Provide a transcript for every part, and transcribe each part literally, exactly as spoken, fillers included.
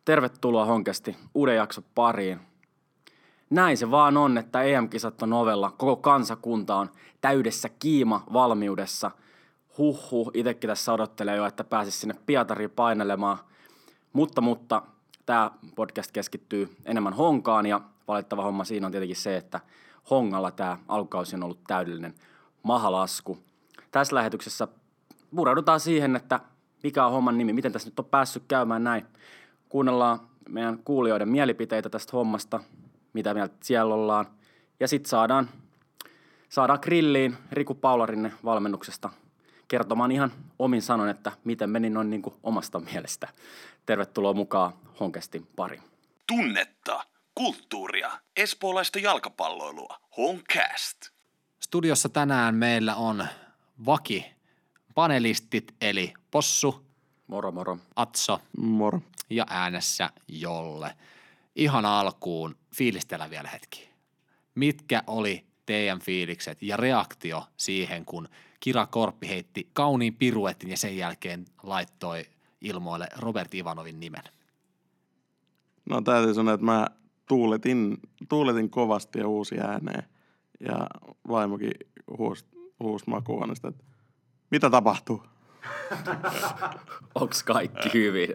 Tervetuloa Honkasti uuden jakson pariin. Näin se vaan on, että E M-kisat on ovella. Koko kansakunta on täydessä kiima valmiudessa. Huhhuh, itsekin tässä odottelee jo, että pääsisi sinne Pietariin painelemaan. Mutta, mutta tämä podcast keskittyy enemmän Honkaan ja valittava homma siinä on tietenkin se, että Hongalla tämä alkukausi on ollut täydellinen mahalasku. Tässä lähetyksessä pureudutaan siihen, että mikä on homman nimi, miten tässä nyt on päässyt käymään näin. Kuunnellaan meidän kuulijoiden mielipiteitä tästä hommasta, mitä mieltä siellä ollaan. Ja sitten saadaan, saadaan grilliin Riku Paularinne valmennuksesta kertomaan ihan omin sanon, että miten meni noin niin kuin omasta mielestä. Tervetuloa mukaan Honkestin pariin. Tunnetta, kulttuuria, espoolaista jalkapalloilua. Honcast. Studiossa tänään meillä on vaki panelistit eli Possu, Moro moro. Atso Moro. ja äänessä Jolle. Ihan alkuun fiilistellä vielä hetki. Mitkä oli teidän fiilikset ja reaktio siihen, kun Kira Korppi heitti kauniin piruetin ja sen jälkeen laittoi ilmoille Robert Ivanovin nimen? No täytyy sanoa, että mä tuuletin, tuuletin kovasti ja uusi ääneen. Ja vaimokin huusi, huusi makuuhuoneesta, että mitä tapahtuu? Onks kaikki hyvin?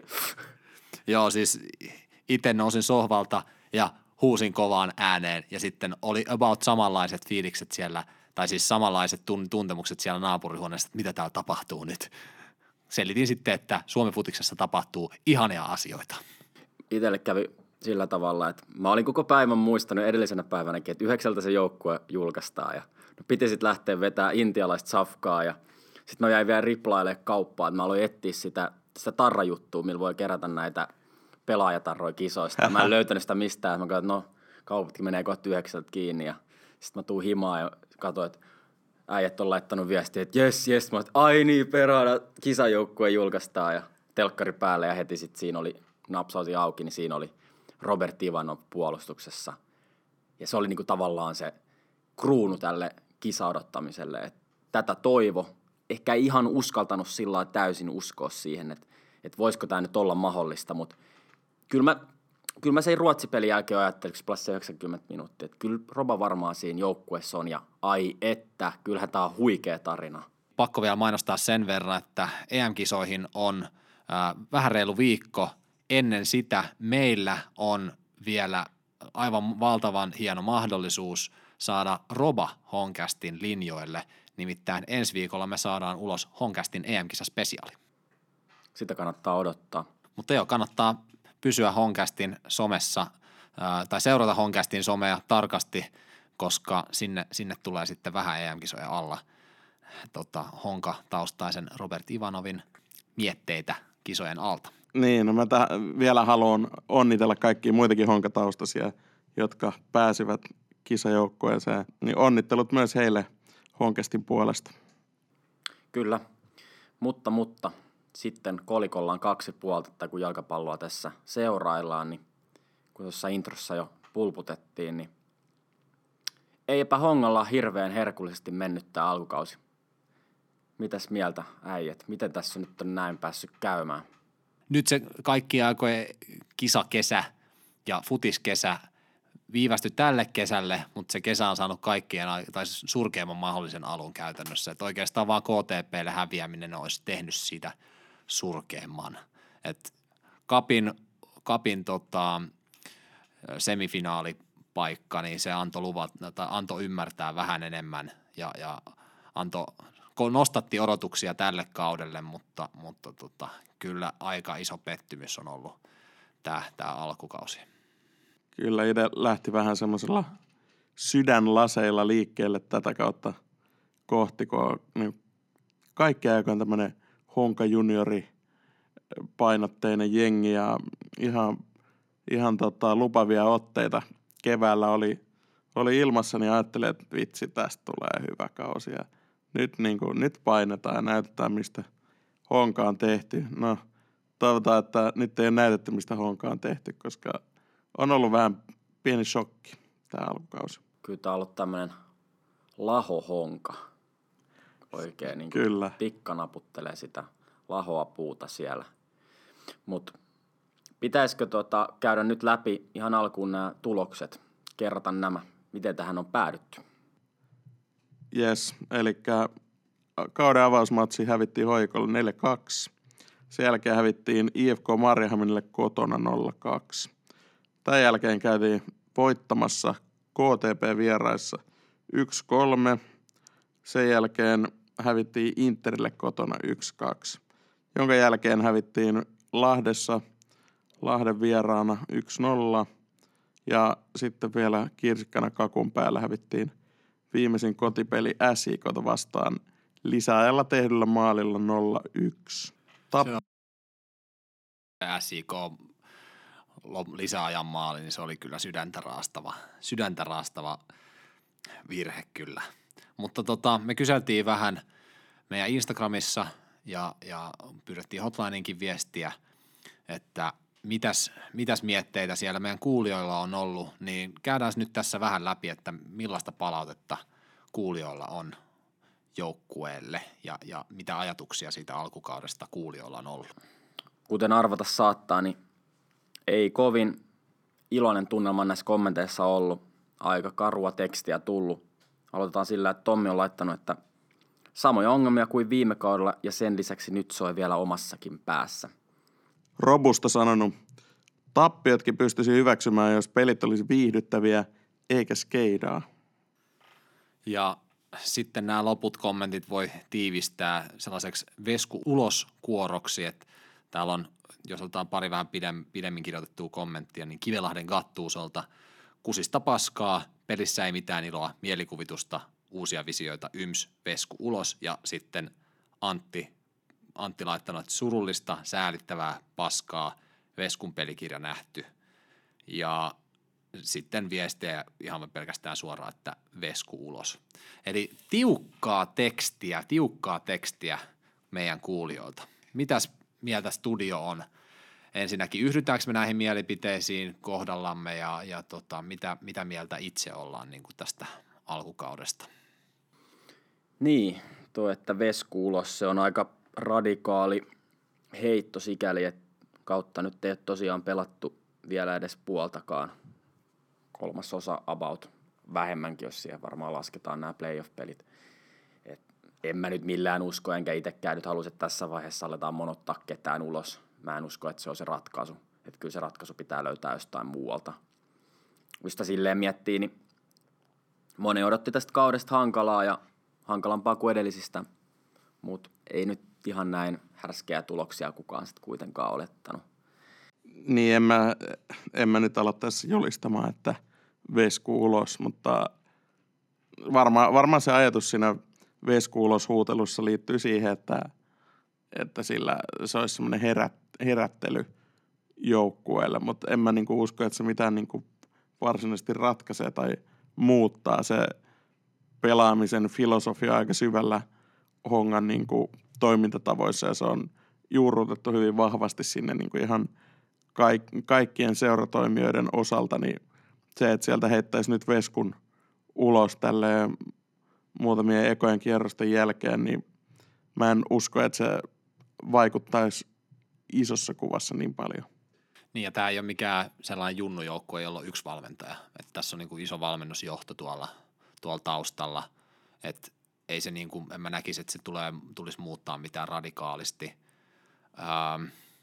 Joo, siis itse nousin sohvalta ja huusin kovaan ääneen ja sitten oli about samanlaiset fiilikset siellä, tai siis samanlaiset tuntemukset siellä naapurihuoneessa, että mitä täällä tapahtuu nyt. Selitin sitten, että Suomen futiksessa tapahtuu ihania asioita. Itselle kävi sillä tavalla, että mä olin koko päivän muistanut edellisenä päivänäkin, että yhdeksältä se joukkue julkaistaan ja no piti sitten lähteä vetämään intialaista safkaa ja sitten mä jäin vielä riplailemaan kauppaan, että mä aloin etsiä sitä, sitä tarrajuttua, millä voi kerätä näitä pelaajatarroja kisoista. Mä en löytänyt sitä mistään, mä katsoin, että no kaupatkin menee kohta yhdeksältä kiinni ja sitten mä tuun himaan ja katsoin, että äijät on laittanut viestiä, että jes, jes, mä oon, ai niin, perhana, kisajoukkue julkaistaan ja telkkari päälle ja heti sitten siinä oli, napsautin auki, niin siinä oli Robert Ivanov puolustuksessa. Ja se oli niinku tavallaan se kruunu tälle kisaodottamiselle, että tätä toivo. Ehkä ei ihan uskaltanut sillä täysin uskoa siihen, että, että voisiko tämä nyt olla mahdollista, mutta kyllä mä, kyllä mä se Ruotsi-pelin jälkeen ajattelin, kun plus yhdeksänkymmentä minuuttia, että kyllä Roba varmaan siinä joukkueessa on ja ai että, kyllähän tämä on huikea tarina. Pakko vielä mainostaa sen verran, että E M-kisoihin on äh, vähän reilu viikko. Ennen sitä meillä on vielä aivan valtavan hieno mahdollisuus saada Roba Honcastin linjoille. Nimittäin ensi viikolla me saadaan ulos Honcastin E M-kisaspesiaali. Sitä kannattaa odottaa. Mutta joo, kannattaa pysyä Honcastin somessa ää, tai seurata Honcastin somea tarkasti, koska sinne, sinne tulee sitten vähän E M-kisoja alla tota, Honka-taustaisen Robert Ivanovin mietteitä kisojen alta. Niin, no mä täh- vielä haluan onnitella kaikkia muitakin Honka-taustaisia, jotka pääsivät kisajoukkueeseen. Niin onnittelut myös heille Honcastin puolesta. Kyllä, mutta, mutta sitten kolikolla on kaksi puolta, että kun jalkapalloa tässä seuraillaan, niin kun tuossa introssa jo pulputettiin, niin eipä Hongalla hirveän herkullisesti mennyt tämä alkukausi. Mitäs mieltä äijät? Miten tässä nyt on näin päässyt käymään? Nyt se kaikki aikojen kisakesä ja futiskesä viivästyi tälle kesälle, mutta se kesä on saanut kaikkien, tai surkeimman mahdollisen alun käytännössä. Että oikeastaan vaan K T P:lle häviäminen olisi tehnyt siitä surkeimman. Et kapin kapin tota, semifinaalipaikka, niin se antoi, luvat, tai antoi ymmärtää vähän enemmän ja, ja antoi, nostatti odotuksia tälle kaudelle, mutta, mutta tota, kyllä aika iso pettymys on ollut tämä, tämä alkukausi. Kyllä itse lähti vähän semmoisella sydänlaseilla liikkeelle tätä kautta kohti, kun on niin kaikki aikoin tämmöinen Honka juniori painotteinen jengi ja ihan, ihan tota lupavia otteita keväällä oli, oli ilmassa, niin ajattelin, että vitsi, tästä tulee hyvä kausi. Ja nyt, niin kuin, nyt painetaan ja näytetään, mistä Honka on tehty. No, toivotaan, että nyt ei ole näytetty, mistä Honka on tehty, koska on ollut vähän pieni shokki tämä alkukausi. Kyllä tämä on ollut tämmöinen lahohonka. Oikein niin Kyllä. Tikka naputtelee sitä lahoa puuta siellä. Mutta Pitäisikö tota käydä nyt läpi ihan alkuun nämä tulokset, kerrata nämä, miten tähän on päädytty? Jes, eli kauden avausmatsi hävittiin Hoikolle neljä kaksi. Sen jälkeen hävittiin I F K Mariehamnille kotona nolla kaksi. Tämän jälkeen käytiin voittamassa K T P vieraissa yksi kolme. Sen jälkeen hävittiin Interille kotona yksi kaksi, jonka jälkeen hävittiin Lahdessa Lahden vieraana yksi nolla. Ja sitten vielä kirsikkana kakun päällä hävittiin viimeisin kotipeli S I K:ta vastaan lisäajalla tehdyllä maalilla nolla yksi. Tap- S I K lisäajan maali, niin se oli kyllä sydäntä raastava, sydäntä raastava virhe kyllä. Mutta tota, me kyseltiin vähän meidän Instagramissa ja, ja pyydettiin hotlineinkin viestiä, että mitäs, mitäs mietteitä siellä meidän kuulijoilla on ollut, niin käydään nyt tässä vähän läpi, että millaista palautetta kuulijoilla on joukkueelle ja, ja mitä ajatuksia siitä alkukaudesta kuulijoilla on ollut. Kuten arvata saattaa, niin ei kovin iloinen tunnelma näissä kommenteissa ollut. Aika karua tekstiä tullut. Aloitetaan sillä, että Tommi on laittanut, että samoja ongelmia kuin viime kaudella ja sen lisäksi nyt soi vielä omassakin päässä. Robusta sanonut, tappiotkin pystyisi hyväksymään, jos pelit olisi viihdyttäviä eikä skeidaa. Ja sitten nämä loput kommentit voi tiivistää sellaiseksi vesku ulos kuoroksi, että täällä on, jos otetaan pari vähän pidem, pidemmin kirjoitettua kommenttia, niin Kivelahden Gattuusolta kusista paskaa, pelissä ei mitään iloa, mielikuvitusta, uusia visioita, yms, vesku ulos ja sitten Antti, Antti laittanut, että surullista, säälittävää paskaa, veskun pelikirja nähty ja sitten viestejä ihan pelkästään suoraan, että vesku ulos. Eli tiukkaa tekstiä, tiukkaa tekstiä meidän kuulijoilta. Mitäs mieltä studio on? Ensinnäkin yhdytäänkö me näihin mielipiteisiin kohdallamme ja, ja tota, mitä, mitä mieltä itse ollaan niin kuin tästä alkukaudesta? Niin, tuo, että vesku ulos, se on aika radikaali heitto sikäli, että kautta nyt ei ole tosiaan pelattu vielä edes puoltakaan. Kolmas osa about, vähemmänkin, jos siihen varmaan lasketaan nämä playoff-pelit. Et en mä nyt millään usko, enkä itsekään nyt halus, että tässä vaiheessa aletaan monottaa ketään ulos. Mä en usko, että se on se ratkaisu. Että kyllä se ratkaisu pitää löytää jostain muualta. Kun sitä silleen miettii, niin moni odotti tästä kaudesta hankalaa ja hankalampaa kuin edellisistä. Mutta ei nyt ihan näin härskeä tuloksia kukaan sitten kuitenkaan olettanut. Niin en mä, en mä nyt ala tässä julistamaan, että vesku ulos, mutta varmaan varma se ajatus siinä vesku ulos huutelussa liittyy siihen, että, että sillä se olisi semmoinen herät, herättely joukkueelle, mutta en mä niinku usko, että se mitään niinku varsinaisesti ratkaisee tai muuttaa se pelaamisen filosofia aika syvällä Hongan niinku toimintatavoissa ja se on juurrutettu hyvin vahvasti sinne niinku ihan kaik- kaikkien seuratoimijoiden osalta, niin se, että sieltä heittäisi nyt veskun ulos tälleen muutamien ekojen kierrosten jälkeen, niin mä en usko, että se vaikuttaisi isossa kuvassa niin paljon. Niin ja tämä ei ole mikään sellainen junnujoukko, jolla on yksi valmentaja. Että tässä on niin kuin iso valmennusjohto tuolla, tuolla taustalla. Että ei se niin kuin, en mä näkisi, että se tulee, tulisi muuttaa mitään radikaalisti. Ähm,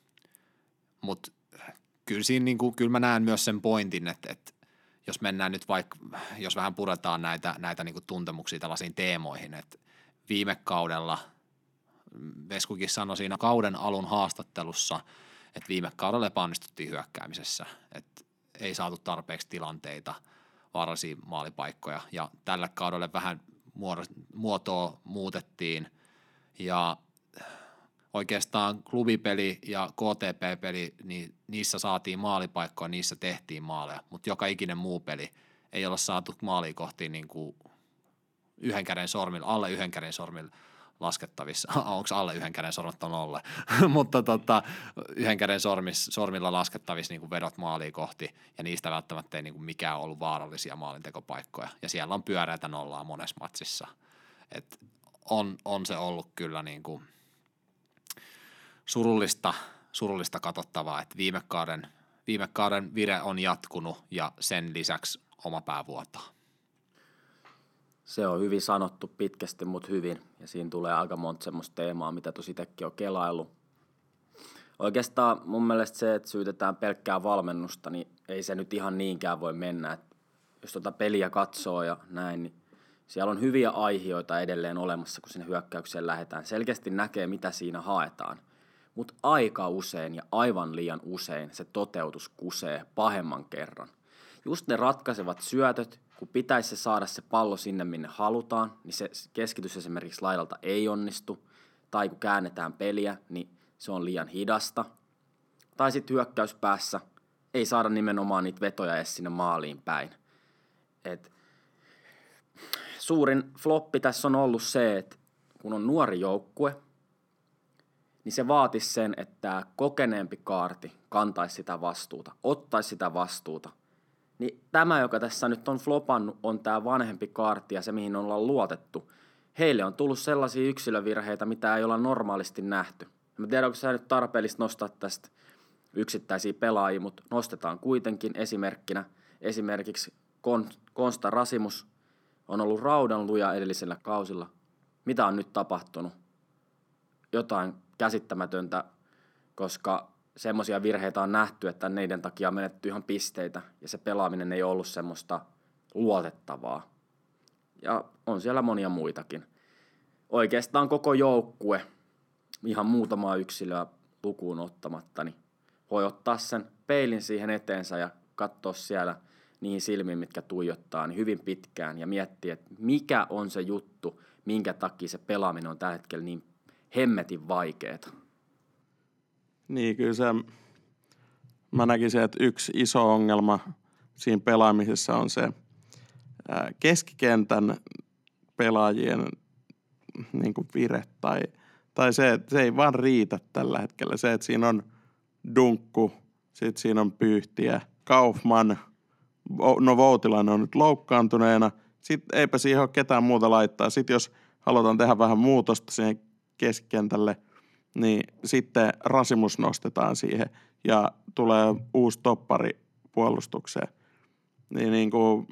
Mutta kyllä, siinä, niin kuin, kyllä mä näen myös sen pointin, että, että jos mennään nyt vaikka, jos vähän puretaan näitä, näitä niin kuin tuntemuksia tällaisiin teemoihin, että viime kaudella Veskukin sanoi siinä kauden alun haastattelussa, että viime kaudella epäonnistuttiin hyökkäämisessä, että ei saatu tarpeeksi tilanteita, vaarallisia maalipaikkoja ja tällä kaudella vähän muotoa muutettiin ja oikeastaan klubipeli ja K T P-peli, niin niissä saatiin maalipaikkoja, niissä tehtiin maaleja, mutta joka ikinen muu peli ei olla saatu maalia kohti niin kuin yhden käden sormilla, alle yhden käden sormilla laskettavissa. Onko alle yhden käden sormat on olle? Mutta tota, yhden käden sormis, sormilla laskettavissa niin kuin vedot maalia kohti ja niistä välttämättä ei niin kuin mikään ollut vaarallisia maalintekopaikkoja. Ja siellä on pyöreitä nollaa monessa matsissa. Et on, on se ollut kyllä niin kuin surullista, surullista katsottavaa, että viime kauden, viime kauden vire on jatkunut ja sen lisäksi oma pää vuotaa. Se on hyvin sanottu pitkästi, mutta hyvin. Ja siinä tulee aika monta semmoista teemaa, mitä tosi itsekin on kelaillut. Oikeastaan mun mielestä se, että syytetään pelkkää valmennusta, niin ei se nyt ihan niinkään voi mennä. Et jos tuota peliä katsoo ja näin, niin siellä on hyviä aihioita edelleen olemassa, kun sinne hyökkäykseen lähdetään. Selkeästi näkee, mitä siinä haetaan. Mutta aika usein ja aivan liian usein se toteutus kusee pahemman kerran. Just ne ratkaisevat syötöt, kun pitäisi se saada se pallo sinne, minne halutaan, niin se keskitys esimerkiksi laidalta ei onnistu. Tai kun käännetään peliä, niin se on liian hidasta. Tai sitten hyökkäyspäässä ei saada nimenomaan niitä vetoja edes sinne maaliin päin. Et suurin floppi tässä on ollut se, että kun on nuori joukkue, niin se vaatisi sen, että kokeneempi kaarti kantaisi sitä vastuuta, ottaisi sitä vastuuta. Niin tämä, joka tässä nyt on flopannut, on tämä vanhempi kaarti ja se, mihin ollaan luotettu. Heille on tullut sellaisia yksilövirheitä, mitä ei olla normaalisti nähty. Mä tiedän, onko sä nyt tarpeellista nostaa tästä yksittäisiä pelaajia, mutta nostetaan kuitenkin esimerkkinä. Esimerkiksi Konsta Rasimus on ollut raudan luja edellisellä kausilla. Mitä on nyt tapahtunut? Jotain käsittämätöntä, koska semmoisia virheitä on nähty, että neiden takia on menetty ihan pisteitä ja se pelaaminen ei ollut semmoista luotettavaa. Ja on siellä monia muitakin. Oikeastaan koko joukkue, ihan muutamaa yksilöä lukuun ottamatta, niin voi ottaa sen peilin siihen eteensä ja katsoa siellä niihin silmiin, mitkä tuijottaa, niin hyvin pitkään ja miettiä, että mikä on se juttu, minkä takia se pelaaminen on tällä hetkellä niin hemmetin vaikeeta. Niin, kyllä se, mä näkisin, että yksi iso ongelma siinä pelaamisessa on se ää, keskikentän pelaajien niin kuin vire tai, tai se, että se ei vaan riitä tällä hetkellä. Se, että siinä on Dunkku, sitten siinä on Pyyhtiä, Kaufman, no Voutilainen on nyt loukkaantuneena, sitten eipä siihen ole ketään muuta laittaa. Sitten jos halutaan tehdä vähän muutosta siihen keskikentälle, niin sitten Rasimus nostetaan siihen ja tulee uusi toppari puolustukseen. Niin, niin kuin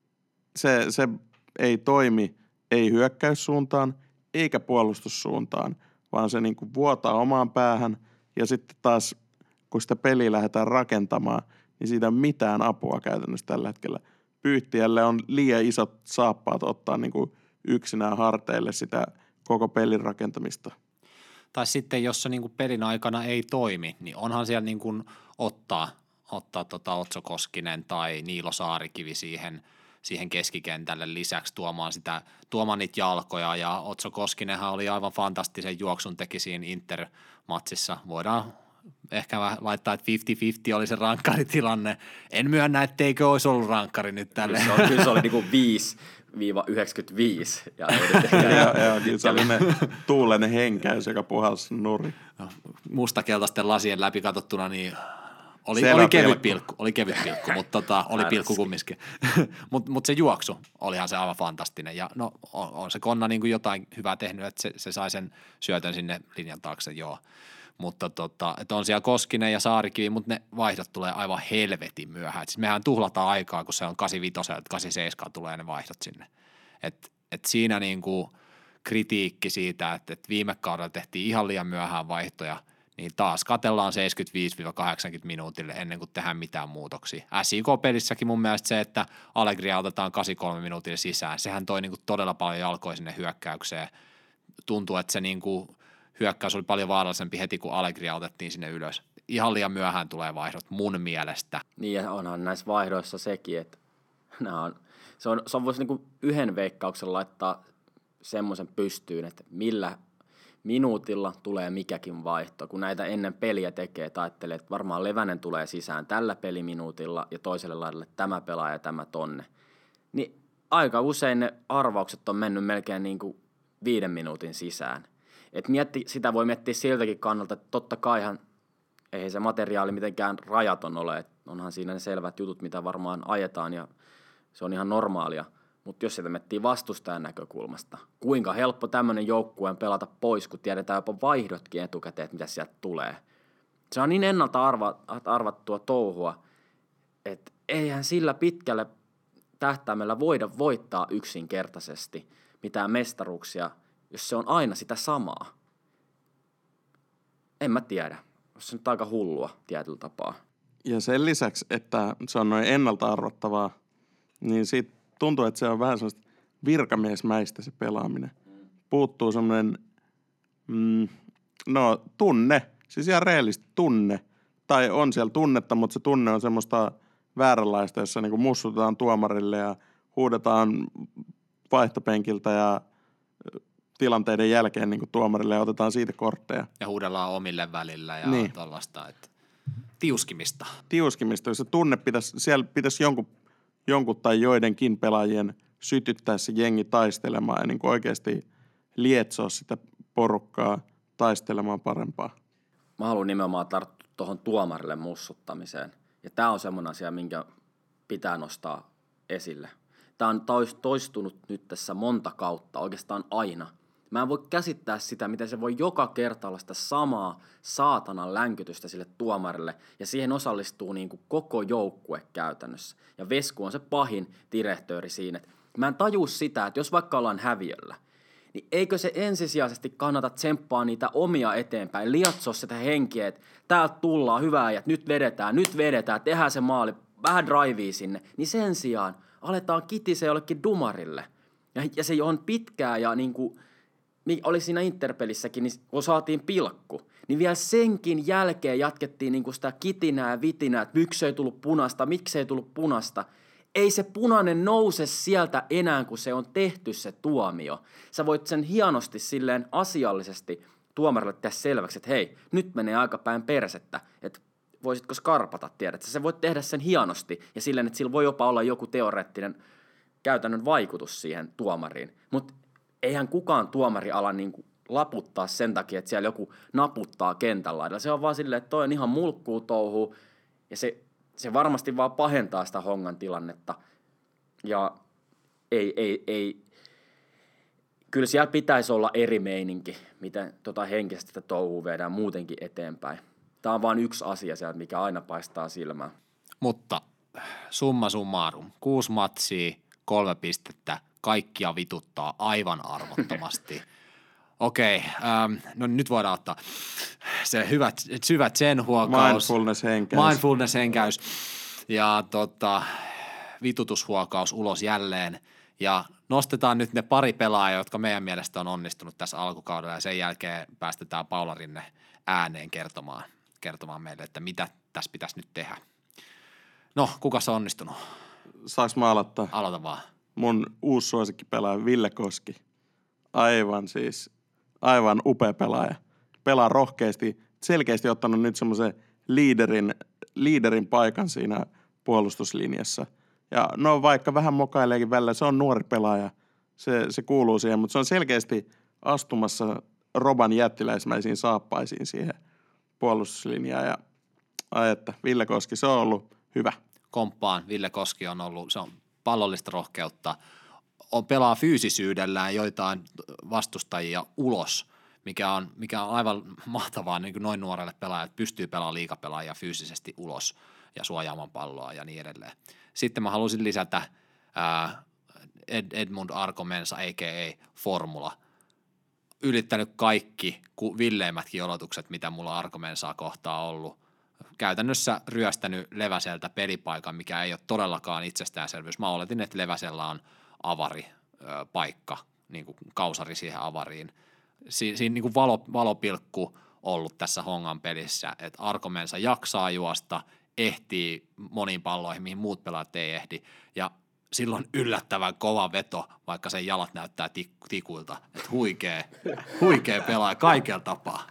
se, se ei toimi ei hyökkäyssuuntaan eikä puolustussuuntaan, vaan se niin kuin vuotaa omaan päähän ja sitten taas kun sitä peliä lähdetään rakentamaan, niin siitä ei ole mitään apua käytännössä tällä hetkellä. Pyyhtiälle on liian isot saappaat ottaa niin kuin yksinään harteille sitä koko pelin rakentamista. Tai sitten, jos se niin kuin pelin aikana ei toimi, niin onhan siellä niin kuin ottaa, ottaa tota Otso Koskinen tai Niilo Saarikivi siihen, siihen keskikentälle lisäksi tuomaan, sitä, tuomaan niitä jalkoja. Ja Otso Koskinenhan oli aivan fantastisen juoksun teki siinä Inter-matsissa. Voidaan ehkä laittaa, että viisikymmentä viisikymmentä oli se rankkaritilanne. En myönnä, etteikö olisi ollut rankkari nyt tälle. Kyllä se oli, kyllä se oli niin kuin viisi yhdeksänkymmentäviisi. Ja joo, kyllä se oli ne tuulen henkäys, joka puhalsi nurin. No, mustakeltaisten lasien läpi katsottuna, niin oli, oli kevyt pilkku, oli kevyt pilkku, mutta tota, oli pilkku kumminkin. Mutta mut se juoksu olihan se aivan fantastinen. Ja no on, on se Konna niin kuin jotain hyvää tehnyt, että se, se sai sen syötön sinne linjan taakse, joo. Mutta tota, että on siellä Koskinen ja Saarikivi, mutta ne vaihdot tulee aivan helvetin myöhään. Siis mehän tuhlataan aikaa, kun se on kahdeksankymmentäviisi, että kahdeksankymmentäseitsemän tulee ne vaihdot sinne. Et, et siinä niinku kritiikki siitä, että et viime kaudella tehtiin ihan liian myöhään vaihtoja, niin taas katellaan seitsemänkymmentäviisi kahdeksankymmentä minuutille ennen kuin tehdään mitään muutoksia. S I K-pelissäkin mun mielestä se, että Allegria otetaan kahdeksankymmentäkolme minuutille sisään, sehän toi niinku todella paljon jalkoja sinne hyökkäykseen. Tuntuu, että se niinku hyökkäys oli paljon vaarallisempi heti, kun Allegria otettiin sinne ylös. Ihan liian myöhään tulee vaihdot mun mielestä. Niin ja onhan näissä vaihdoissa sekin, että nämä on, se on, se on voisi niin yhden veikkauksen laittaa semmoisen pystyyn, että millä minuutilla tulee mikäkin vaihto. Kun näitä ennen peliä tekee, että ajattelee, että varmaan Levänen tulee sisään tällä peliminuutilla ja toiselle laidalle tämä pelaaja ja tämä tonne. Niin aika usein ne arvaukset on mennyt melkein niin kuin viiden minuutin sisään. Et mietti, sitä voi miettiä siltäkin kannalta, että totta kaihan ei se materiaali mitenkään rajaton ole. Et onhan siinä ne selvät jutut, mitä varmaan ajetaan ja se on ihan normaalia. Mutta jos sitä miettii vastustajan näkökulmasta, kuinka helppo tämmöinen joukkueen pelata pois, kun tiedetään jopa vaihdotkin etukäteen, että mitä sieltä tulee. se on niin ennalta arva, arvattua touhua, että eihän sillä pitkälle tähtäimellä voida voittaa yksinkertaisesti mitään mestaruuksia, jos se on aina sitä samaa. En mä tiedä. Se on nyt aika hullua tietyllä tapaa. Ja sen lisäksi, että se on noin ennalta arvattavaa, niin siitä tuntuu, että se on vähän sellaista virkamiesmäistä se pelaaminen. Puuttuu semmoinen, mm, no tunne, siis ihan reellisesti tunne. Tai on siellä tunnetta, mutta se tunne on semmoista vääränlaista, jossa niinku mussutetaan tuomarille ja huudetaan vaihtopenkiltä ja tilanteiden jälkeen niinku tuomarille ja otetaan siitä kortteja. Ja huudellaan omille välillä ja niin. Tällaista, että tiuskimista. Tiuskimista, jos se tunne pitäisi, siellä pitäisi jonkun, jonkun tai joidenkin pelaajien sytyttää se jengi taistelemaan ja niinku oikeasti lietsoa sitä porukkaa taistelemaan parempaa. Mä haluan nimenomaan tarttua tuohon tuomarille mussuttamiseen. Ja tää on semmoinen asia, minkä pitää nostaa esille. Tää on toistunut nyt tässä monta kautta, oikeastaan aina. Mä en voi käsittää sitä, miten se voi joka kerta olla sitä samaa saatanan länkytystä sille tuomarille. Ja siihen osallistuu niin kuin koko joukkue käytännössä. Ja Vesku on se pahin direhtööri siinä. Mä en tajua sitä, että jos vaikka ollaan häviöllä, niin eikö se ensisijaisesti kannata tsemppaa niitä omia eteenpäin, liatsoa sitä henkiä, että täältä tullaan, hyvää ja nyt vedetään, nyt vedetään, tehdään se maali, vähän drivea sinne, niin sen sijaan aletaan kitise jollekin dumarille. Ja, ja se on pitkää ja niin kuin, oli siinä Interpelissäkin, niin kun saatiin pilkku, niin vielä senkin jälkeen jatkettiin niin kuin sitä kitinää ja vitinää, että miksi ei tullut punasta, miksi ei tullut punasta. Ei se punainen nouse sieltä enää, kun se on tehty se tuomio. Sä voit sen hienosti silleen asiallisesti tuomarille tehdä selväksi, että hei, nyt menee aika päin persettä, että voisitko skarpata, tiedät. Sä voit tehdä sen hienosti ja silleen, että sillä voi jopa olla joku teoreettinen käytännön vaikutus siihen tuomariin. Mutta eihän kukaan tuomari ala niinku laputtaa sen takia, että siellä joku naputtaa kentän laidalla. Se on vaan silleen, että toi on ihan mulkkuu touhuu ja se... Se varmasti vaan pahentaa sitä hongan tilannetta. Ja ei, ei, ei. Kyllä siellä pitäisi olla eri meininki, miten tota henkisesti sitä touhua viedään muutenkin eteenpäin. Tämä on vain yksi asia sieltä, mikä aina paistaa silmään. Mutta summa summarum, kuusi matsia, kolme pistettä, kaikkia vituttaa aivan arvottomasti. Okei, ähm, no nyt voidaan ottaa se hyvät, syvä zen-huokaus. Mindfulness-henkäys. Mindfulness-henkäys ja tota, vitutushuokaus ulos jälleen. Ja nostetaan nyt ne pari pelaajaa, jotka meidän mielestä on onnistunut tässä alkukaudella ja sen jälkeen päästetään Paula Rinne ääneen kertomaan, kertomaan meille, että mitä tässä pitäisi nyt tehdä. No, kuka se on onnistunut? Saanko mä aloittaa? Aloita vaan. Mun uusi suosikkipelaaja Ville Koski. Aivan siis, aivan upea pelaaja. Pelaa rohkeasti, selkeästi ottanut nyt semmoisen liiderin, liiderin paikan siinä puolustuslinjassa. Ja no vaikka vähän mokaileekin välillä, se on nuori pelaaja, se, se kuuluu siihen, mutta se on selkeästi astumassa Roban jättiläismäisiin saappaisiin siihen puolustuslinjaan. Ja ai että, Ville Koski, se on ollut hyvä. Komppaan, Ville Koski on ollut, se on pallollista rohkeutta, on pelaa fyysisyydellään joitain vastustajia ulos, mikä on, mikä on aivan mahtavaa niin kuin noin nuorelle pelaajalle, että pystyy pelaamaan liigapelaajia fyysisesti ulos ja suojaamaan palloa ja niin edelleen. Sitten mä halusin lisätä ää, Ed, Edmund Arkomensa, a k a. Formula. Ylittänyt kaikki villeimmätkin odotukset, mitä mulla Arkomensaa kohtaa ollut. Käytännössä ryöstänyt Leväseltä pelipaikan, mikä ei ole todellakaan itsestäänselvyys. Mä oletin, että Leväsellä on avari ö, paikka, niin kuin kausari siihen avariin. Si- siinä niin kuin valo, valopilkku ollut tässä Hongan pelissä, että Arkomensa jaksaa juosta, ehtii moniin palloihin, mihin muut pelaajat ei ehdi, ja silloin yllättävän kova veto, vaikka sen jalat näyttää tik- tikuilta, että huikea, huikea pelaaja kaikella tapaa.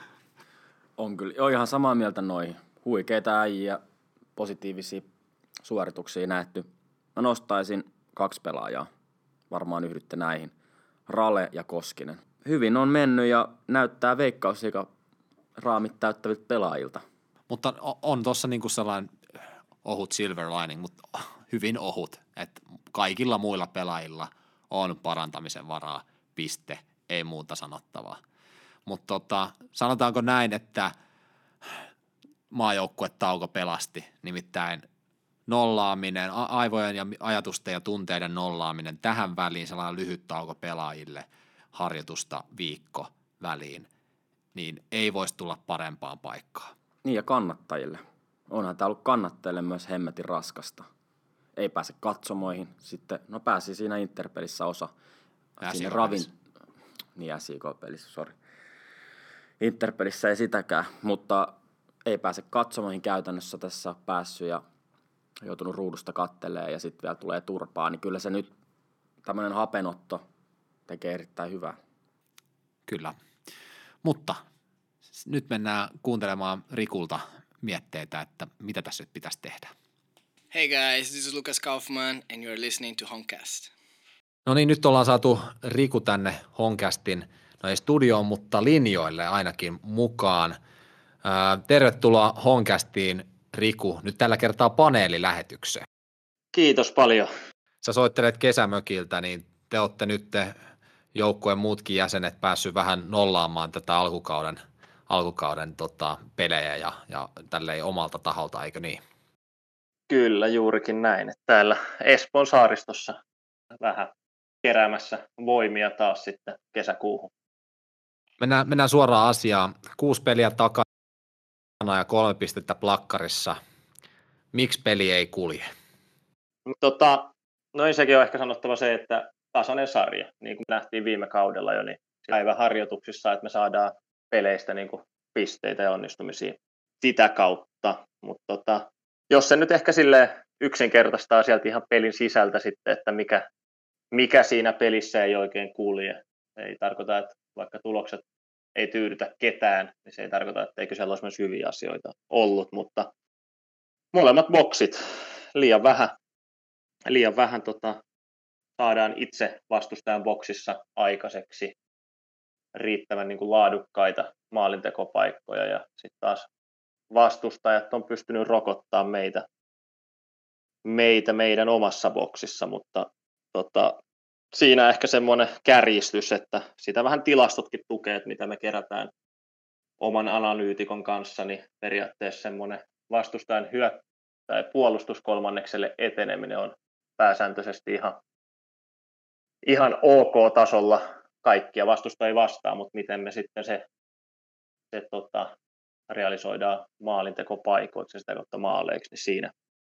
On kyllä, on ihan samaa mieltä noihin. Huikeita äijä, positiivisia suorituksia nähty. Mä nostaisin kaksi pelaajaa, varmaan yhdytte näihin, Rale ja Koskinen. Hyvin on mennyt ja näyttää veikkausliigan raamit täyttäviltä pelaajilta. Mutta on tuossa niinku sellainen ohut silver lining, mutta hyvin ohut, että kaikilla muilla pelaajilla on parantamisen varaa, piste, ei muuta sanottavaa. Mutta tota, sanotaanko näin, että maajoukkuetauko pelasti, nimittäin nollaaminen, aivojen ja ajatusten ja tunteiden nollaaminen tähän väliin, sellainen lyhyt tauko pelaajille, harjoitusta viikko väliin, niin ei voisi tulla parempaan paikkaan. Niin ja kannattajille. Onhan tämä ollut kannattajille myös hemmetin raskasta. Ei pääse katsomoihin. Sitten, no pääsi siinä Interpelissä osa. Sinne ravin... Niin S I K-pelissä, sori. Interpelissä ei sitäkään, mutta ei pääse katsomoihin käytännössä tässä päässyt ja joutunut ruudusta kattelemaan ja sitten vielä tulee turpaa, niin kyllä se nyt tämmöinen hapenotto tekee erittäin hyvää. Kyllä, mutta nyt mennään kuuntelemaan Rikulta mietteitä, että mitä tässä nyt pitäisi tehdä. Hey guys, this is Lucas Kaufman and you're listening to Honcast. No niin, nyt ollaan saatu Riku tänne Honcastin, no ei studioon, mutta linjoille ainakin mukaan. Ää, tervetuloa Honcastiin, Riku, nyt tällä kertaa paneelilähetykseen. Kiitos paljon. Sä soittelet kesämökiltä, niin te olette nyt te joukkueen muutkin jäsenet päässyt vähän nollaamaan tätä alkukauden, alkukauden tota, pelejä ja, ja tälleen omalta taholta, eikö niin? Kyllä, juurikin näin. Että täällä Espoon saaristossa vähän keräämässä voimia taas sitten kesäkuuhun. Mennään, mennään suoraan asiaan. Kuusi peliä takana ja kolme pistettä plakkarissa. Miksi peli ei kulje? Tota, no ensinnäkin on ehkä sanottava se, että tasainen sarja, niin kuin nähtiin viime kaudella jo, niin päivän harjoituksissa, että me saadaan peleistä niin kuin pisteitä ja onnistumisia sitä kautta. Mutta tota, jos se nyt ehkä silleen yksinkertaistaa sieltä ihan pelin sisältä sitten, että mikä, mikä siinä pelissä ei oikein kulje. Ei tarkoita, että vaikka tulokset ei tyydytä ketään, niin se ei tarkoita, että eikö siellä olisi myös hyviä asioita ollut, mutta molemmat boksit liian vähän, liian vähän tota, saadaan itse vastustajan boksissa aikaiseksi riittävän niin kuin laadukkaita maalintekopaikkoja ja sitten taas vastustajat on pystynyt rokottamaan meitä, meitä meidän omassa boksissa, mutta tota, siinä ehkä semmoinen kärjistys, että sitä vähän tilastotkin tukee, että mitä me kerätään oman analyytikon kanssa, niin periaatteessa semmoinen vastustajan hyö- tai puolustuskolmannekselle eteneminen on pääsääntöisesti ihan, ihan ok-tasolla kaikkia. Vastusta ei vastaa, mutta miten me sitten se, se tota, realisoidaan maalintekopaikoiksi ja sitä kautta maaleiksi, niin siinä,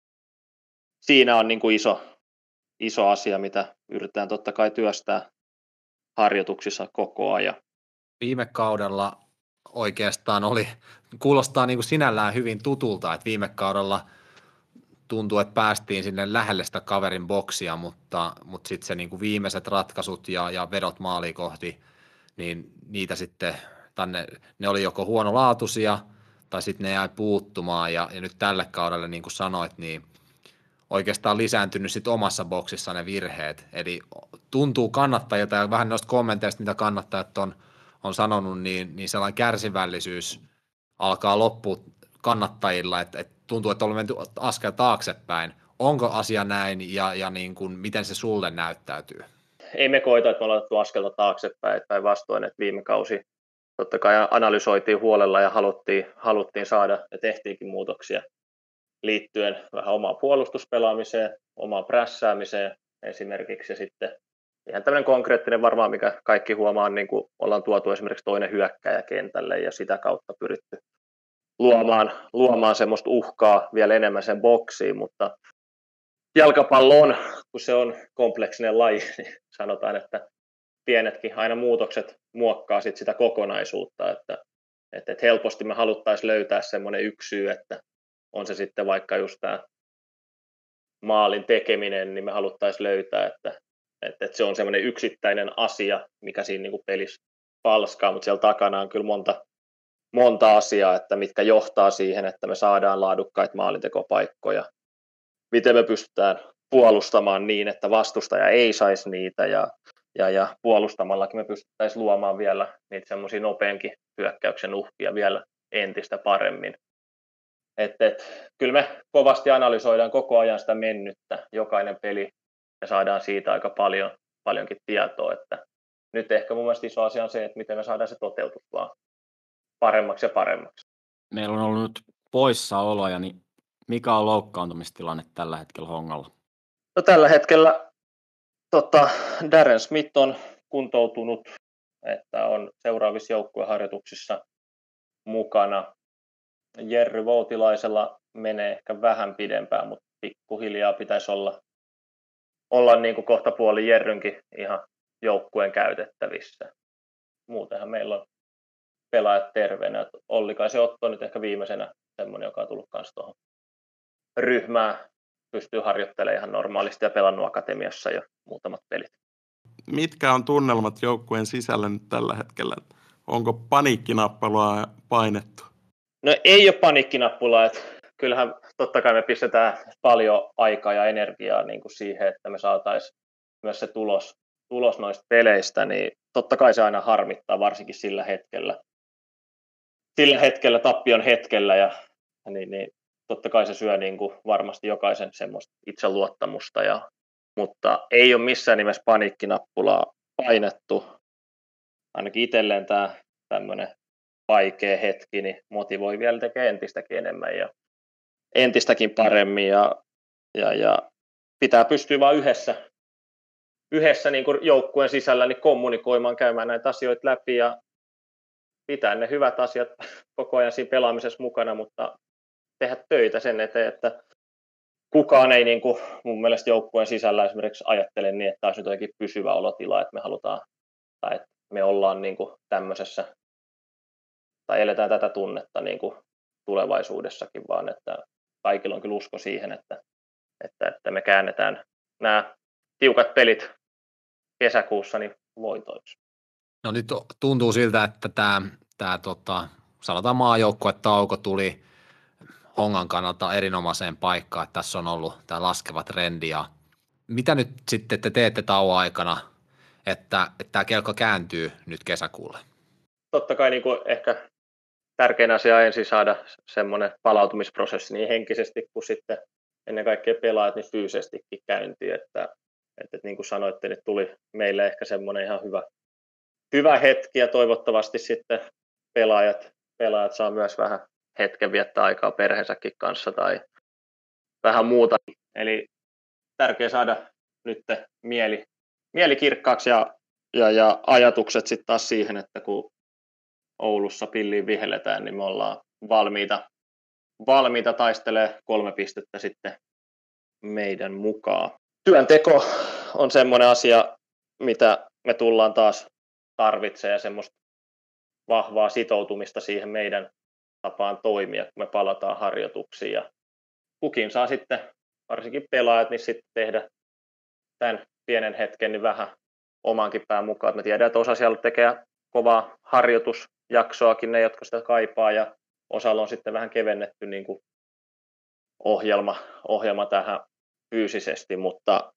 siinä on niin kuin iso, iso asia, mitä yritetään totta kai työstää harjoituksissa koko ajan. Viime kaudella oikeastaan oli, kuulostaa niin kuin sinällään hyvin tutulta, että viime kaudella tuntuu, että päästiin sinne lähelle sitä kaverin boksia, mutta, mutta sitten se niin kuin viimeiset ratkaisut ja, ja vedot maaliin kohti, niin niitä sitten, tänne, ne oli joko huonolaatuisia tai sitten ne jäi puuttumaan ja, ja nyt tälle kaudelle, niin kuin sanoit, niin oikeastaan lisääntynyt sitten omassa boksissa ne virheet. Eli tuntuu kannattajilta ja vähän noista kommenteista, mitä kannattajat on, on sanonut, niin, niin sellainen kärsivällisyys alkaa loppua kannattajilla, että, että tuntuu, että olemme menty askel taaksepäin. Onko asia näin ja, ja niin kuin, miten se sulle näyttäytyy? Ei me koeta, että me ollaan otettu askelta taaksepäin, että päinvastoin, että viime kausi totta kai analysoitiin huolella ja haluttiin, haluttiin saada ja tehtiinkin muutoksia liittyen vähän omaan puolustuspelaamiseen, omaan prässäämiseen esimerkiksi ja sitten ihan tämmöinen konkreettinen varmaan, mikä kaikki huomaa, niin kuin ollaan tuotu esimerkiksi toinen hyökkääjä kentälle ja sitä kautta pyritty luomaan, luomaan semmoista uhkaa vielä enemmän sen boksiin, mutta jalkapallo on, kun se on kompleksinen laji, niin sanotaan, että pienetkin aina muutokset muokkaa sit sitä kokonaisuutta, että, että, että helposti me haluttaisiin löytää semmoinen yksi syy, että on se sitten vaikka just tämä maalin tekeminen, niin me haluttaisiin löytää, että, että, että se on semmoinen yksittäinen asia, mikä siinä niin kuin pelissä palskaa, mutta siellä takana on kyllä monta, monta asiaa, että mitkä johtaa siihen, että me saadaan laadukkaita maalintekopaikkoja. Miten me pystytään puolustamaan niin, että vastustaja ei saisi niitä ja, ja, ja puolustamallakin me pystyttäisiin luomaan vielä niitä semmoisia nopeankin hyökkäyksen uhkia vielä entistä paremmin. Et, et, kyllä me kovasti analysoidaan koko ajan sitä mennyttä, jokainen peli, ja saadaan siitä aika paljon, paljonkin tietoa. Että nyt ehkä mun mielestä iso asia on se, että miten me saadaan se toteutus vaan paremmaksi ja paremmaksi. Meillä on ollut nyt poissaoloja, niin mikä on loukkaantumistilanne tällä hetkellä Hongalla? No, tällä hetkellä tota, Darren Smith on kuntoutunut, että on seuraavissa joukkueharjoituksissa mukana. Jerry Voutilaisella menee ehkä vähän pidempään, mutta pikkuhiljaa pitäisi olla, olla niin kuin kohta puoli Jerrynkin ihan joukkueen käytettävissä. Muutenhan meillä on pelaajat terveenä. Ollikaisen Otto on nyt ehkä viimeisenä semmoinen, joka on tullut kanssa tuohon ryhmään. Pystyy harjoittelemaan ihan normaalisti ja pelannut akatemiassa jo muutamat pelit. Mitkä on tunnelmat joukkueen sisällä nyt tällä hetkellä? Onko paniikkinappulaa painettu? No, ei ole paniikkinappulaa. Että kyllähän totta kai me pistetään paljon aikaa ja energiaa niin kuin siihen, että me saataisiin myös se tulos, tulos noista peleistä. Niin totta kai se aina harmittaa, varsinkin sillä hetkellä. Sillä hetkellä, tappion hetkellä. Ja, niin, niin, totta kai se syö niin kuin varmasti jokaisen semmoista itseluottamusta. Ja, mutta ei ole missään nimessä paniikkinappulaa painettu. Ainakin itselleen tämä tämmöinen vaikea hetki niin motivoi vielä tekemään entistäkin enemmän ja entistäkin paremmin. Ja, ja, ja pitää pystyä vaan yhdessä, yhdessä niin kuin joukkueen sisällä niin kommunikoimaan, käymään näitä asioita läpi ja pitää ne hyvät asiat koko ajan siinä pelaamisessa mukana, mutta tehdä töitä sen eteen, että kukaan ei niin kuin mun mielestä joukkueen sisällä esimerkiksi ajattele niin, että tämä olisi nyt jotenkin pysyvä olotila, että me halutaan tai että me ollaan niin kuin tämmöisessä tai eletään tätä tunnetta niin kuin tulevaisuudessakin, vaan että kaikilla on kyllä usko siihen, että, että, että me käännetään nämä tiukat pelit kesäkuussa niin voitoiksi. No nyt tuntuu siltä, että tämä, tämä tota, sanotaan maajoukkuetauko tuli Hongan kannalta erinomaiseen paikkaan, että tässä on ollut tämä laskeva trendi. Ja mitä nyt sitten te teette tauon aikana, että, että tämä kelkka kääntyy nyt kesäkuulle? Totta kai niin kuin ehkä tärkein asia on ensin saada semmoinen palautumisprosessi niin henkisesti kuin sitten ennen kaikkea pelaajat niin fyysisestikin käyntiin. Että, että, että niin kuin sanoitte, niin tuli meille ehkä semmoinen ihan hyvä, hyvä hetki ja toivottavasti sitten pelaajat, pelaajat saa myös vähän hetken viettää aikaa perheensäkin kanssa tai vähän muuta. Eli tärkeää saada nyt mieli, mieli kirkkaaksi ja, ja, ja ajatukset sitten taas siihen, että kun Oulussa pilliin vihelletään, niin me ollaan valmiita, valmiita taistelemaan kolme pistettä sitten meidän mukaan. Työnteko on semmoinen asia, mitä me tullaan taas tarvitsemaan ja semmoista vahvaa sitoutumista siihen meidän tapaan toimia, kun me palataan harjoituksiin. Ja kukin saa sitten, varsinkin pelaajat, niin sitten tehdä tämän pienen hetken niin vähän omankin pään mukaan. Me tiedetään, että osa siellä tekee kovaa harjoitusjaksoakin, ne jotka sitä kaipaa, ja osalla on sitten vähän kevennetty niin kuin ohjelma, ohjelma tähän fyysisesti, mutta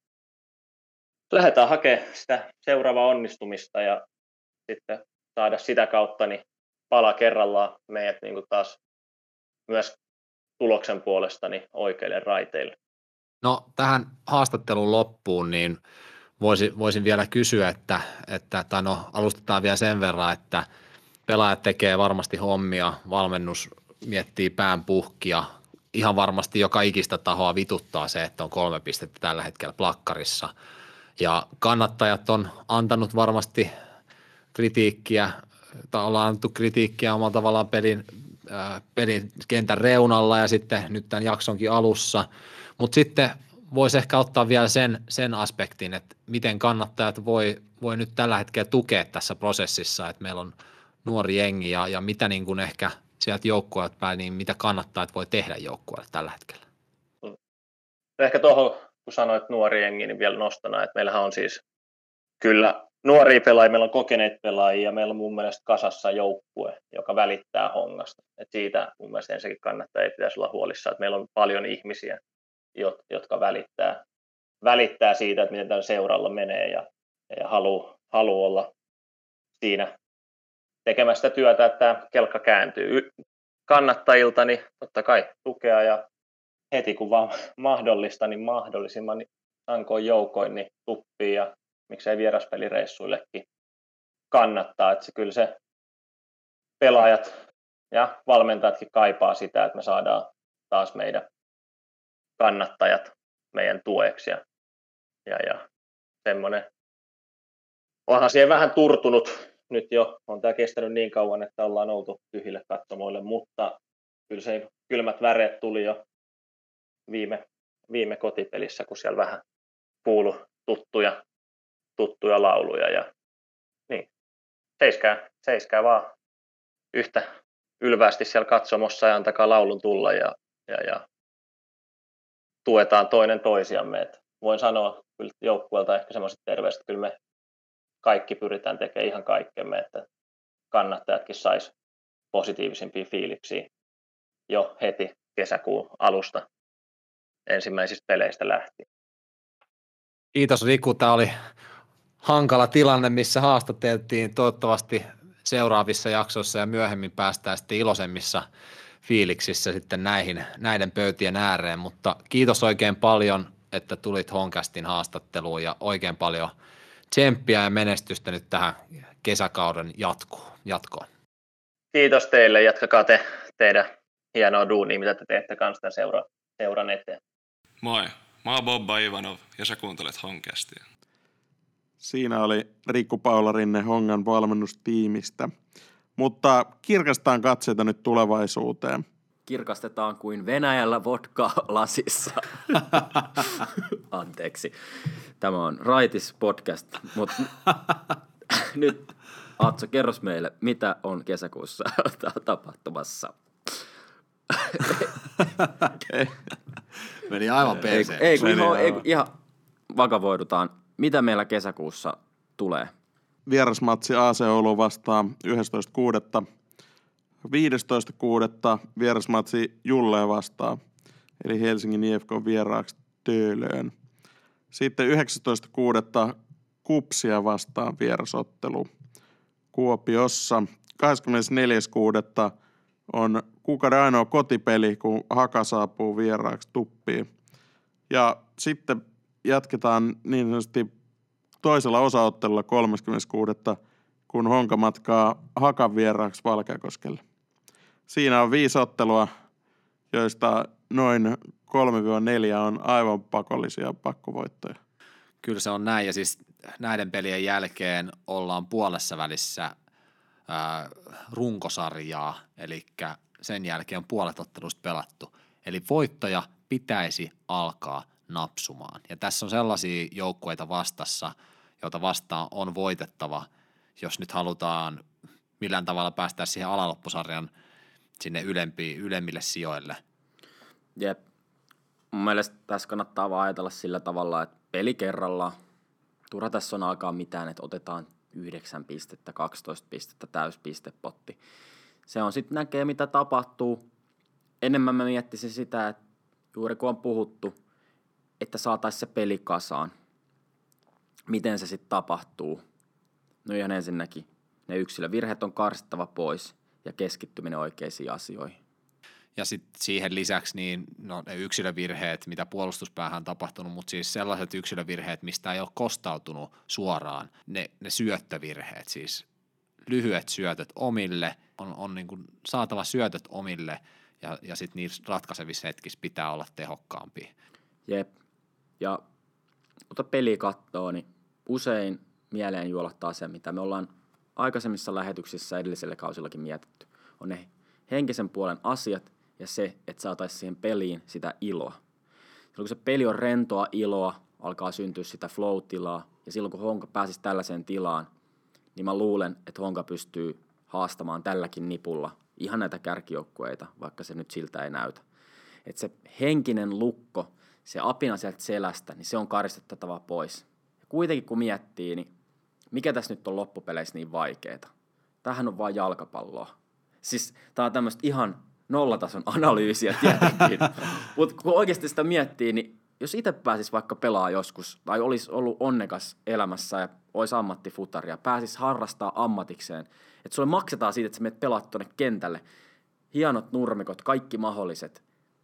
lähdetään hakemaan sitä seuraavaa onnistumista ja sitten saada sitä kautta niin pala kerrallaan meidät niin kuin taas myös tuloksen puolesta niin oikeille raiteille. No tähän haastattelun loppuun niin voisin, voisin vielä kysyä, että, että tai no, alustetaan vielä sen verran, että pelaajat tekee varmasti hommia, valmennus miettii pään puhkia. Ihan varmasti joka ikistä tahoa vituttaa se, että on kolme pistettä tällä hetkellä plakkarissa. Ja kannattajat on antanut varmasti kritiikkiä, tai ollaan annettu kritiikkiä omalla tavallaan pelin, äh, pelin kentän reunalla ja sitten nyt tämän jaksonkin alussa. Mutta sitten voisi ehkä ottaa vielä sen, sen aspektin, että miten kannattajat voi, voi nyt tällä hetkellä tukea tässä prosessissa, että meillä on nuori jengi ja, ja mitä niin kuin ehkä sieltä joukkueelta päin, niin mitä kannattajat voi tehdä joukkueelle tällä hetkellä? Ehkä tuohon, kun sanoit nuori jengi, niin vielä nostana, että meillähän on siis kyllä nuoria pelaajia, meillä on kokeneet pelaajia ja meillä on mun mielestä kasassa joukkue, joka välittää Hongasta. Et siitä mun mielestä ensinnäkin kannattaa, ei pitäisi olla huolissaan, että meillä on paljon ihmisiä, jotka välittää, välittää siitä, että miten tällä seuralla menee ja, ja haluaa halu olla siinä tekemästä työtä, että tämä kelkka kääntyy. Kannattajilta niin totta kai tukea ja heti kun vaan mahdollista, niin mahdollisimman niin sankoin joukoin niin tuppii ja miksei vieraspelireissuillekin kannattaa. Että se, kyllä se pelaajat, ja valmentajatkin kaipaa sitä, että me saadaan taas meidän kannattajat meidän tueksi. Ja, ja, ja semmoinen, onhan siihen vähän turtunut nyt jo, on tämä kestänyt niin kauan, että ollaan oltu tyhjille katsomoille, mutta kyllä se kylmät väreet tuli jo viime, viime kotipelissä, kun siellä vähän kuului tuttuja, tuttuja lauluja. Ja, niin, seiskää, seiskää vaan yhtä ylvästi siellä katsomossa ja antakaa laulun tulla ja, ja, ja tuetaan toinen toisiamme. Et voin sanoa kyllä joukkueelta ehkä semmoiset terveiset, että kyllä me kaikki pyritään tekemään ihan kaikkemme, että kannattajatkin sais positiivisimpia fiiliksiä jo heti kesäkuun alusta ensimmäisistä peleistä lähtien. Kiitos Riku, tämä oli hankala tilanne, missä haastateltiin. Toivottavasti seuraavissa jaksoissa ja myöhemmin päästään sitten iloisemmissa fiiliksissä sitten näihin, näiden pöytien ääreen, mutta kiitos oikein paljon, että tulit Honcastin haastatteluun ja oikein paljon tsemppiä ja menestystä nyt tähän kesäkauden jatkoon. jatkoon. Kiitos teille, jatkakaa te teidän hienoa duunia, mitä te teette kanssa tämän seura, seuran eteen. Moi, mä oon Bobba Ivanov ja sä kuuntelet Honcastia. Siinä oli Riku Paula-Rinne Hongan valmennustiimistä, mutta kirkastaan katseita nyt tulevaisuuteen. Kirkastetaan kuin Venäjällä vodka lasissa. Anteeksi. Tämä on Raitis podcast, mutta nyt Aatso, kerros meille, mitä on kesäkuussa tapahtumassa. Meni aivan Ei, perseen. ei, kun Meni ihan, ei, aivan. kun ihan vakavoidutaan. Mitä meillä kesäkuussa tulee? Vierasmatsi A C Oulu vastaan yhdestoista kuudetta viidestoista kuudetta vierasmatsi Jullee vastaan, eli Helsingin I F K vieraaksi Töölöön. Sitten yhdeksästoista kuudetta Kupsia vastaan vierasottelu Kuopiossa. kahdeskymmenesneljäs kuudetta on kuukauden ainoa kotipeli, kun Haka saapuu vieraaksi Tuppiin. Ja sitten jatketaan niin sanotusti toisella osaottelulla kolmaskymmenes kuudetta kun Honka matkaa Hakan vieraaksi Valkeakoskelle. Siinä on viisi ottelua, joista noin kolme neljä on aivan pakollisia pakkovoittoja. Kyllä se on näin, ja siis näiden pelien jälkeen ollaan puolessa välissä ää, runkosarjaa, eli sen jälkeen on puolet ottelusta pelattu. Eli voittaja pitäisi alkaa napsumaan. Ja tässä on sellaisia joukkueita vastassa, joita vastaan on voitettava, jos nyt halutaan millään tavalla päästä siihen alaloppusarjan sinne ylempi, ylemmille sijoille. Jep. Mun mielestä tässä kannattaa vaan ajatella sillä tavalla, että peli kerrallaan. Turha tässä on alkaa mitään, että otetaan yhdeksän pistettä, kaksitoista pistettä, täyspistepotti. Se on sitten näkee, mitä tapahtuu. Enemmän mä miettisin sitä, että juuri kun on puhuttu, että saataisiin se peli kasaan. Miten se sitten tapahtuu? No ihan ensinnäkin ne yksilövirheet on karsittava pois ja keskittyminen oikeisiin asioihin. Ja sitten siihen lisäksi niin, no, ne yksilövirheet, mitä puolustuspäähän on tapahtunut, mutta siis sellaiset yksilövirheet, mistä ei ole kostautunut suoraan, ne, ne syöttövirheet, siis lyhyet syötöt omille, on, on niin kuin saatava syötöt omille ja, ja sitten niissä ratkaisevissa hetkissä pitää olla tehokkaampia. Jep. Ja kun peli katsoo, niin usein mieleen juolahtaa se, mitä me ollaan aikaisemmissa lähetyksissä edellisellä kausillakin mietitty. On ne henkisen puolen asiat ja se, että saataisiin siihen peliin sitä iloa. Silloin kun se peli on rentoa iloa, alkaa syntyä sitä flow-tilaa, ja silloin kun Honka pääsisi tällaiseen tilaan, niin mä luulen, että Honka pystyy haastamaan tälläkin nipulla ihan näitä kärkijoukkueita, vaikka se nyt siltä ei näytä. Että se henkinen lukko, se apina sieltä selästä, niin se on karistettava pois. Ja kuitenkin kun miettii, niin mikä tässä nyt on loppupeleissä niin vaikeeta? Tämähän on vaan jalkapalloa. Siis tää on tämmöistä ihan nollatason analyysiä tietenkin. Mutta kun oikeasti sitä miettii, niin jos itse pääsis vaikka pelaa joskus, tai olisi ollut onnekas elämässä ja olisi ammattifutari ja pääsis harrastaa ammatikseen, että sulle maksetaan siitä, että sä menet pelaat tuonne kentälle, hienot nurmikot, kaikki mahdolliset.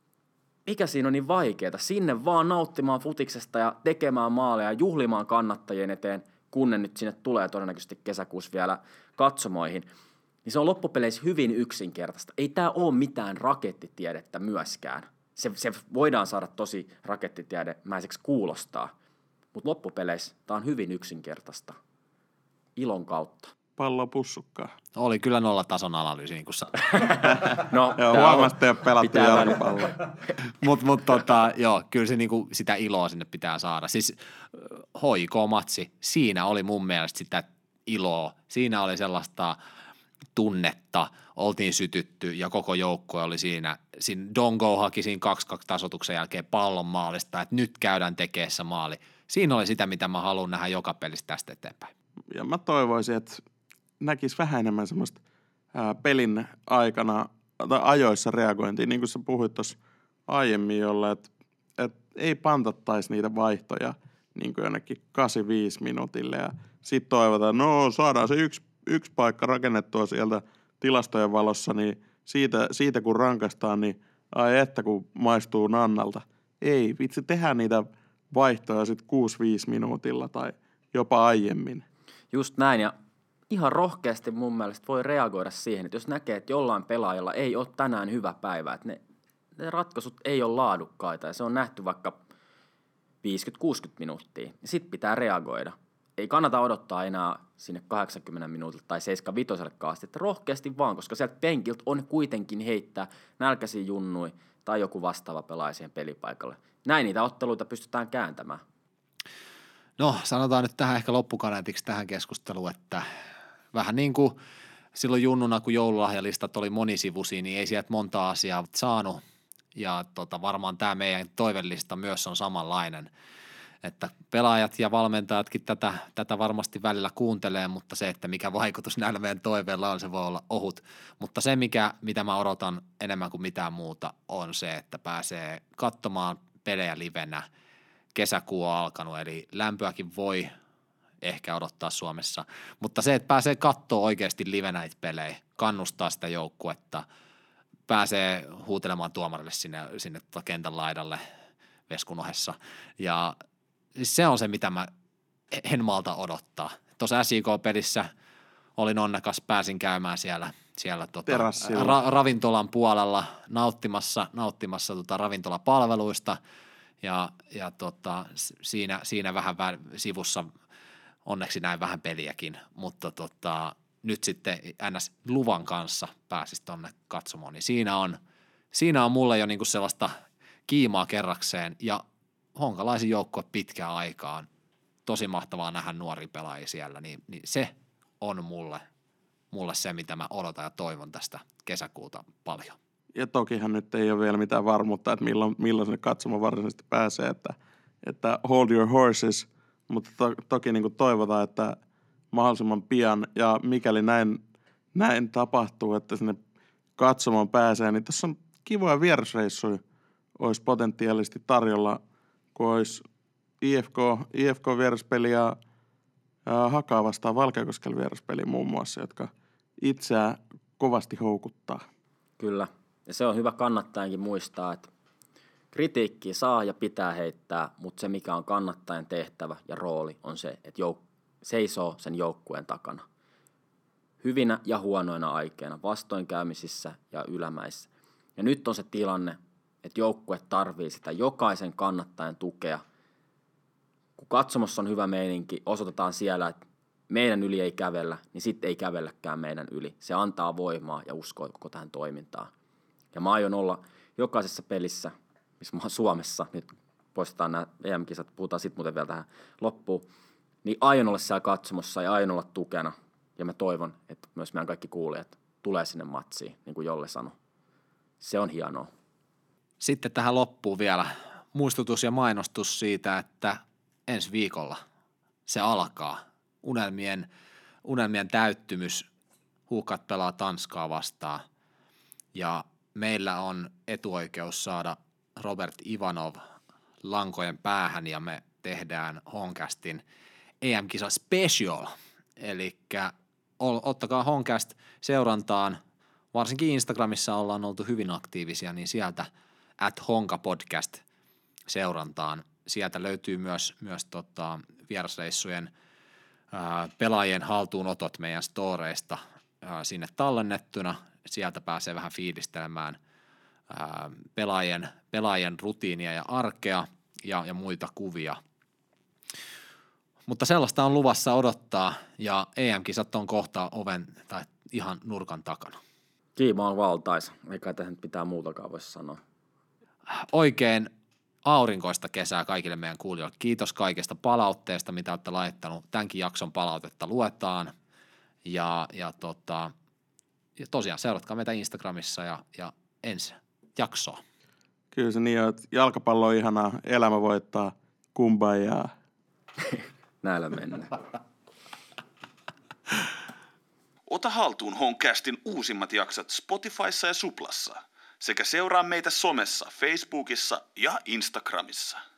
Mikä siinä on niin vaikeeta? Sinne vaan nauttimaan futiksesta ja tekemään maaleja ja juhlimaan kannattajien eteen, kun ne nyt sinne tulee todennäköisesti kesäkuussa vielä katsomoihin. niin se on loppupeleissä hyvin yksinkertaista. Ei tämä ole mitään rakettitiedettä myöskään. Se, se voidaan saada tosi rakettitiedemäiseksi kuulostaa, mutta loppupeleissä tämä on hyvin yksinkertaista. Ilon kautta. Pallo pussukkaa. Oli kyllä nolla tason analyysi, niin kuin sa- No, Joo, tää huomasti, että pelattu pitää jalkapalloa. Mutta mut, tota, joo, kyllä se niinku sitä iloa sinne pitää saada. Siis H I K-matsi, siinä oli mun mielestä sitä iloa. Siinä oli sellaista tunnetta, oltiin sytytty ja koko joukkue oli siinä. Siinä Dongo haki siinä kaksi kaksi tasoituksen jälkeen pallon maalista, että nyt käydään tekeessä maali. Siinä oli sitä, mitä mä haluan nähdä joka pelissä tästä eteenpäin. Ja mä toivoisin, että näkisi vähän enemmän semmoista ää, pelin aikana tai ajoissa reagointia, niin kuin sä puhuit tuossa aiemmin jolla, että et ei pantattaisi niitä vaihtoja niin kuin jonnekin kahdeksankymmentäviisi minuutille ja sitten toivotaan, no saadaan se yksi, yksi paikka rakennettua sieltä tilastojen valossa, niin siitä, siitä kun rankastaan, niin ai että kun maistuu nannalta. Ei, vitsi, tehdään niitä vaihtoja sitten kuusi viisi minuutilla tai jopa aiemmin. Just näin, ja ihan rohkeasti mun mielestä voi reagoida siihen, että jos näkee, että jollain pelaajalla ei ole tänään hyvä päivä, että ne, ne ratkaisut ei ole laadukkaita, ja se on nähty vaikka viisikymmentä kuusikymmentä minuuttia, niin sit pitää reagoida. Ei kannata odottaa enää sinne kahdeksankymmentä minuutilta tai seitsemänkymmentäviisi asti, että rohkeasti vaan, koska sieltä penkiltä on kuitenkin heittää nälkäisiä junnui tai joku vastaava pelaaja siihen pelipaikalle. Näin niitä otteluita pystytään kääntämään. No sanotaan nyt tähän ehkä loppukaneetiksi tähän keskusteluun, että vähän niin kuin silloin junnuna, kun joululahjalistat oli monisivuisia, niin ei sieltä monta asiaa saanut. Ja tota, varmaan tämä meidän toivellista myös on samanlainen, että pelaajat ja valmentajatkin tätä, tätä varmasti välillä kuuntelee, mutta se, että mikä vaikutus näillä meidän toiveilla on, se voi olla ohut. Mutta se, mikä, mitä mä odotan enemmän kuin mitään muuta, on se, että pääsee katsomaan pelejä livenä. Kesäkuu on alkanut, eli lämpöäkin voi ehkä odottaa Suomessa, mutta se, että pääsee katsoa oikeasti live näitä pelejä, kannustaa sitä joukkuetta, pääsee huutelemaan tuomarille sinne, sinne kentän laidalle veskun ohessa, ja se on se, mitä mä en malta odottaa. Tuossa S I K-pelissä olin onnekas, pääsin käymään siellä, siellä tota, ra- ravintolan puolella nauttimassa, nauttimassa tota ravintolapalveluista, ja, ja tota, siinä, siinä vähän vä- sivussa onneksi näin vähän peliäkin, mutta tota, nyt sitten N S-luvan kanssa pääsisi tonne katsomaan, niin siinä on, siinä on mulle jo niinku sellaista kiimaa kerrakseen, ja honkalaisin joukkue pitkään aikaan, tosi mahtavaa nähdä nuoria pelaajia siellä, niin, niin se on mulle, mulle se, mitä mä odotan ja toivon tästä kesäkuuta paljon. Ja tokihan nyt ei ole vielä mitään varmuutta, että milloin, milloin sinne katsomaan varsinaisesti pääsee, että, että hold your horses, mutta to, toki niin kuin toivotaan, että mahdollisimman pian, ja mikäli näin, näin tapahtuu, että sinne katsomaan pääsee, niin tässä on kivoja vierasreissuja, olisi potentiaalisesti tarjolla, kun olisi I F K, I F K-vieraspeli ja ää, Hakaa vastaan Valkeakosken vieraspeli muun muassa, jotka itseään kovasti houkuttaa. Kyllä. Ja se on hyvä kannattajankin muistaa, että kritiikkiä saa ja pitää heittää, mutta se mikä on kannattajan tehtävä ja rooli on se, että jouk- seisoo sen joukkueen takana. Hyvinä ja huonoina aikeina, vastoinkäymisissä ja ylämäissä. Ja nyt on se tilanne, että joukkue tarvii sitä jokaisen kannattajan tukea. Kun katsomossa on hyvä meininki, osoitetaan siellä, että meidän yli ei kävellä, niin sitten ei kävelläkään meidän yli. Se antaa voimaa ja uskoa koko tähän toimintaan. Ja mä aion olla jokaisessa pelissä, missä mä oon Suomessa, nyt poistetaan nämä E M-kisat, puhutaan sitten muuten vielä tähän loppuun, niin aion olla siellä katsomossa ja aion olla tukena. Ja mä toivon, että myös meidän kaikki kuulijat tulee sinne matsiin, niin kuin Jolle sanoi. Se on hienoa. Sitten tähän loppuun vielä muistutus ja mainostus siitä, että ensi viikolla se alkaa. Unelmien, unelmien täyttymys. Huuhkat pelaa Tanskaa vastaan. Ja meillä on etuoikeus saada Robert Ivanov lankojen päähän ja me tehdään Honcastin E M-kisa special. Eli ottakaa Honcast seurantaan. Varsinkin Instagramissa ollaan oltu hyvin aktiivisia, niin sieltä at Honka Podcast seurantaan. Sieltä löytyy myös, myös tota vierasreissujen ää, pelaajien haltuunotot meidän storeista. sinne tallennettuna. Sieltä pääsee vähän fiilistelemään ää, pelaajien, pelaajien rutiinia ja arkea ja, ja muita kuvia. Mutta sellaista on luvassa odottaa ja E M-kisat on kohta oven tai ihan nurkan takana. Kiima on valtaisa, eikä tähän nyt mitään muutakaan voisi sanoa. Oikein aurinkoista kesää kaikille meidän kuulijoille. Kiitos kaikesta palautteesta, mitä olette laittanut. Tämänkin jakson palautetta luetaan. Ja, ja, tota, ja tosiaan seuratkaa meitä Instagramissa ja, ja ensi jaksoa. Kyllä se niin on, että jalkapallo on ihanaa, elämä voittaa, kumbajaa. Näillä mennään. Ota haltuun Honcastin uusimmat jaksot Spotifyssa ja Suplassa sekä seuraa meitä somessa, Facebookissa ja Instagramissa.